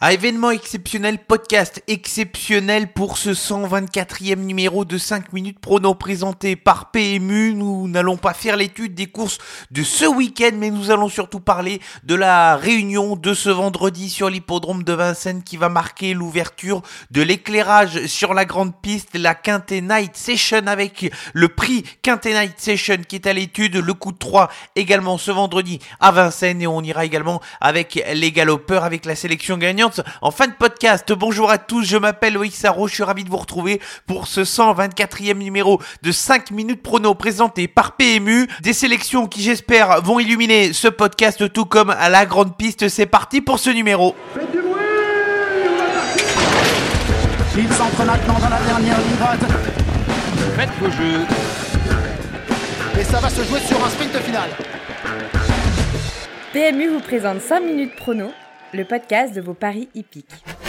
Événement exceptionnel, podcast exceptionnel pour ce 124e numéro de 5 minutes prono présenté par PMU. Nous n'allons pas faire l'étude des courses de ce week-end, mais nous allons surtout parler de la réunion de ce vendredi sur l'hippodrome de Vincennes qui va marquer l'ouverture de l'éclairage sur la grande piste, la Quintet Night Session avec le prix Quintet Night Session qui est à l'étude, le coup de 3 également ce vendredi à Vincennes, et on ira également avec les galopeurs avec la sélection gagnante. En fin de podcast, bonjour à tous, je m'appelle Loïc Sarro, je suis ravi de vous retrouver pour ce 124e numéro de 5 minutes prono présenté par PMU. Des sélections qui j'espère vont illuminer ce podcast tout comme à la grande piste. C'est parti pour ce numéro. Faites du bruit, il s'entre maintenant dans la dernière ligne droite. Faites vos jeux. Et ça va se jouer sur un sprint final. PMU vous présente 5 minutes prono, le podcast de vos paris hippiques.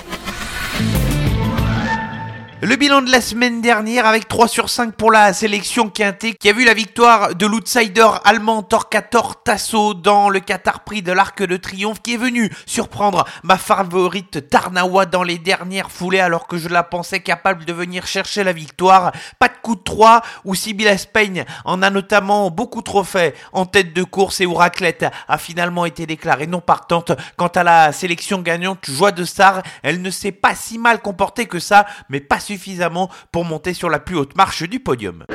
Le bilan de la semaine dernière avec 3 sur 5 pour la sélection Quintet qui a vu la victoire de l'outsider allemand Torquator Tasso dans le Qatar Prix de l'Arc de Triomphe qui est venu surprendre ma favorite Tarnawa dans les dernières foulées alors que je la pensais capable de venir chercher la victoire. Pas de coup de 3 où Sibylla Spain en a notamment beaucoup trop fait en tête de course et où Raclette a finalement été déclarée non partante. Quant à la sélection gagnante Joie de Star, elle ne s'est pas si mal comportée que ça, mais pas suffisamment pour monter sur la plus haute marche du podium.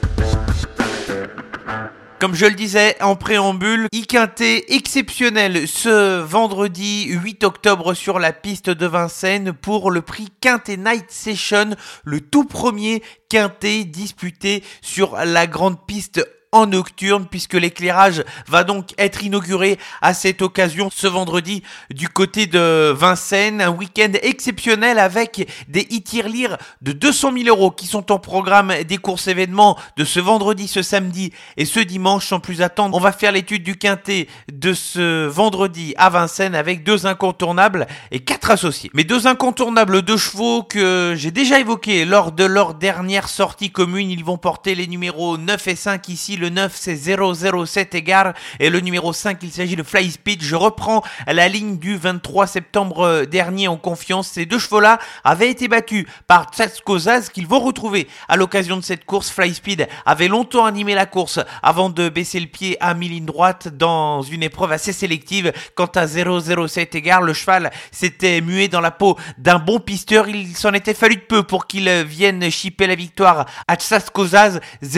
Comme je le disais en préambule, e-Quintet exceptionnel ce vendredi 8 octobre sur la piste de Vincennes pour le prix Quintet Night Session, le tout premier Quintet disputé sur la grande piste en nocturne, puisque l'éclairage va donc être inauguré à cette occasion ce vendredi du côté de Vincennes. Un week-end exceptionnel avec des e-tirelires de 200 000 euros qui sont en programme des courses événements de ce vendredi, ce samedi et ce dimanche. Sans plus attendre, on va faire l'étude du quintet de ce vendredi à Vincennes avec 2 incontournables et 4 associés. Mes 2 incontournables, 2 chevaux que j'ai déjà évoqués lors de leur dernière sortie commune. Ils vont porter les numéros 9 et 5 ici. Le 9 c'est 007 Égard et le numéro 5 il s'agit de Fly Speed. Je reprends la ligne du 23 septembre dernier en confiance. Ces 2 chevaux-là avaient été battus par Tsatskozaz qu'ils vont retrouver à l'occasion de cette course. Fly Speed avait longtemps animé la course avant de baisser le pied à mi-ligne droite dans une épreuve assez sélective. Quant à 007 Égard, le cheval s'était mué dans la peau d'un bon pisteur. Il s'en était fallu de peu pour qu'il vienne chipper la victoire à Tsatskozaz.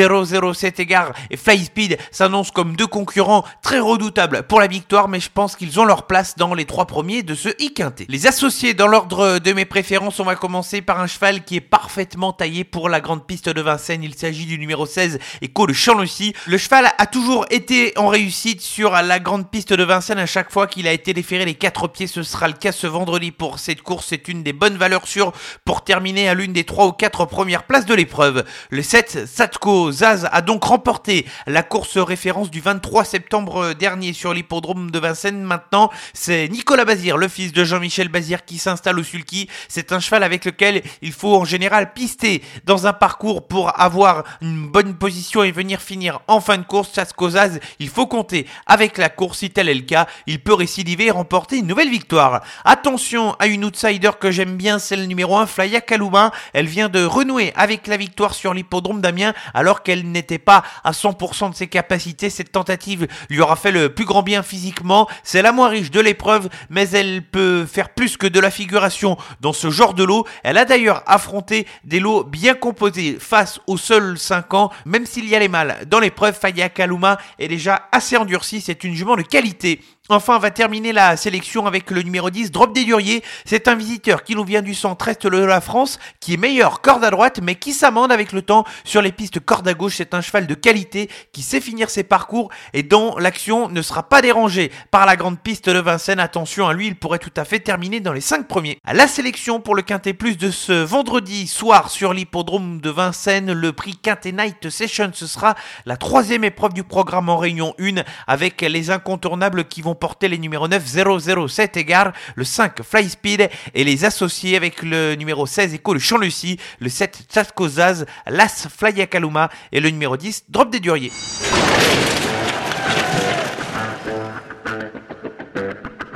007 Égard et Fly Speed s'annoncent comme 2 concurrents très redoutables pour la victoire, mais je pense qu'ils ont leur place dans les 3 premiers de ce e-Quintet. Les associés dans l'ordre de mes préférences, on va commencer par un cheval qui est parfaitement taillé pour la grande piste de Vincennes. Il s'agit du numéro 16, Echo de Champ-Lucy. Le cheval a toujours été en réussite sur la grande piste de Vincennes à chaque fois qu'il a été déféré les 4 pieds. Ce sera le cas ce vendredi pour cette course. C'est une des bonnes valeurs sûres pour terminer à l'une des 3 ou 4 premières places de l'épreuve. Le 7, Tsatskozaz, a donc remporté la course référence du 23 septembre dernier sur l'hippodrome de Vincennes. Maintenant, c'est Nicolas Bazir, le fils de Jean-Michel Bazir, qui s'installe au sulky. C'est un cheval avec lequel il faut en général pister dans un parcours pour avoir une bonne position et venir finir en fin de course. Tsatskozaz, il faut compter avec la course. Si tel est le cas, il peut récidiver et remporter une nouvelle victoire. Attention à une outsider que j'aime bien, c'est le numéro 1, Flaya Kalouma. Elle vient de renouer avec la victoire sur l'hippodrome d'Amiens alors qu'elle n'était pas à 100% de ses capacités. Cette tentative lui aura fait le plus grand bien physiquement. C'est la moins riche de l'épreuve, mais elle peut faire plus que de la figuration dans ce genre de lot. Elle a d'ailleurs affronté des lots bien composés face aux seuls 5 ans. Même s'il y a les mâles dans l'épreuve, Flaya Kalouma est déjà assez endurcie. C'est une jument de qualité. Enfin, on va terminer la sélection avec le numéro 10, Drop des Duriers. C'est un visiteur qui nous vient du centre-est de la France, qui est meilleur corde à droite, mais qui s'amende avec le temps sur les pistes corde à gauche. C'est un cheval de qualité qui sait finir ses parcours et dont l'action ne sera pas dérangée par la grande piste de Vincennes. Attention à lui, il pourrait tout à fait terminer dans les 5 premiers. À la sélection pour le Quintet Plus de ce vendredi soir sur l'hippodrome de Vincennes, le prix Quintet Night Session, ce sera la 3e épreuve du programme en réunion 1 avec les incontournables qui vont porter les numéros 9, 007 Égard, le 5, Fly Speed et les associés avec le numéro 16, Echo de Champ-Lucy, le 7, Tsatskozaz, l'As, Flaya Kalouma et le numéro 10, Drop des Duriers. Le coup de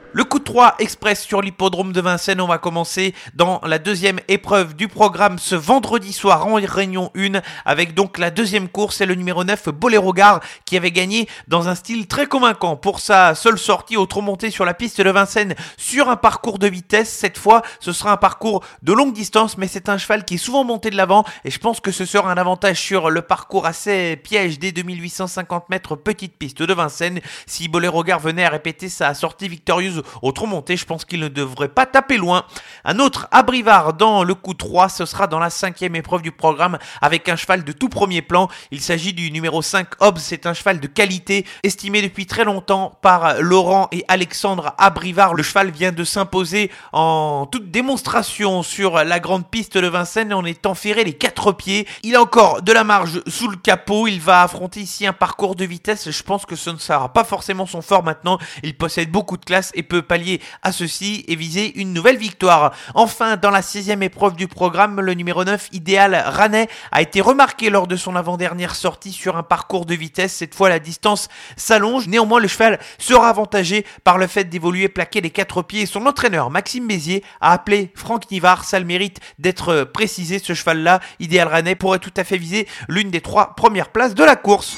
3 express sur l'hippodrome de Vincennes. On va commencer dans la deuxième épreuve du programme ce vendredi soir en Réunion 1 avec donc la deuxième course. C'est le numéro 9 Boléro Gare qui avait gagné dans un style très convaincant pour sa seule sortie au trot monté sur la piste de Vincennes sur un parcours de vitesse. Cette fois, ce sera un parcours de longue distance, mais c'est un cheval qui est souvent monté de l'avant et je pense que ce sera un avantage sur le parcours assez piège des 2850 mètres petite piste de Vincennes. Si Boléro Gare venait à répéter sa sortie victorieuse au trot monté, je pense qu'il ne devrait pas taper loin. Un autre Abrivard dans le coup 3, ce sera dans la cinquième épreuve du programme avec un cheval de tout premier plan. Il s'agit du numéro 5 Hobbs, c'est un cheval de qualité estimé depuis très longtemps par Laurent et Alexandre Abrivard. Le cheval vient de s'imposer en toute démonstration sur la grande piste de Vincennes en étant ferré les 4 pieds. Il a encore de la marge sous le capot, il va affronter ici un parcours de vitesse. Je pense que ce ne sera pas forcément son fort maintenant. Il possède beaucoup de classe et peut pallier à ceci et viser une nouvelle victoire. Enfin, dans la 6e épreuve du programme, le numéro 9 Idéal Ranet a été remarqué lors de son avant-dernière sortie sur un parcours de vitesse. Cette fois, la distance s'allonge. Néanmoins, le cheval sera avantagé par le fait d'évoluer plaqué les 4 pieds. Son entraîneur, Maxime Bézier, a appelé Franck Nivard. Ça le mérite d'être précisé. Ce cheval-là, Idéal Ranet, pourrait tout à fait viser l'une des 3 premières places de la course.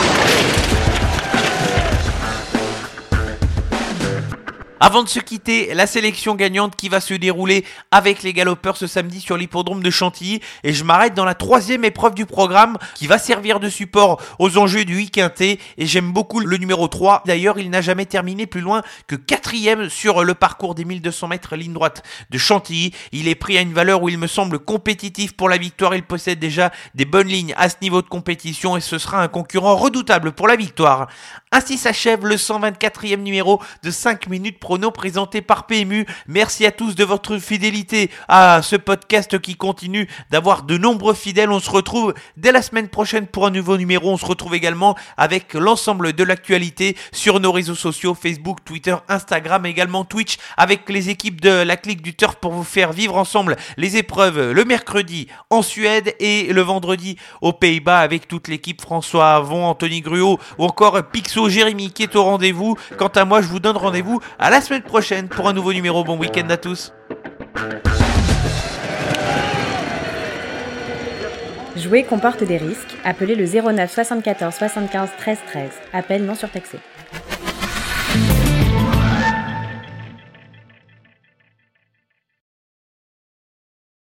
Avant de se quitter, la sélection gagnante qui va se dérouler avec les galopeurs ce samedi sur l'hippodrome de Chantilly. Et je m'arrête dans la 3e épreuve du programme qui va servir de support aux enjeux du quintet. Et j'aime beaucoup le numéro 3. D'ailleurs, il n'a jamais terminé plus loin que 4e sur le parcours des 1200 mètres ligne droite de Chantilly. Il est pris à une valeur où il me semble compétitif pour la victoire. Il possède déjà des bonnes lignes à ce niveau de compétition et ce sera un concurrent redoutable pour la victoire. Ainsi s'achève le 124e numéro de 5 minutes prono présenté par PMU. Merci à tous de votre fidélité à ce podcast qui continue d'avoir de nombreux fidèles. On se retrouve dès la semaine prochaine pour un nouveau numéro. On se retrouve également avec l'ensemble de l'actualité sur nos réseaux sociaux, Facebook, Twitter, Instagram, également Twitch, avec les équipes de la Clique du Turf pour vous faire vivre ensemble les épreuves le mercredi en Suède et le vendredi aux Pays-Bas avec toute l'équipe, François Avon, Anthony Gruot ou encore Pixo Jérémy qui est au rendez-vous. Quant à moi, je vous donne rendez-vous à la semaine prochaine pour un nouveau numéro. Bon week-end à tous. Jouer comporte des risques. Appelez le 09 74 75 13 13. Appel non surtaxé.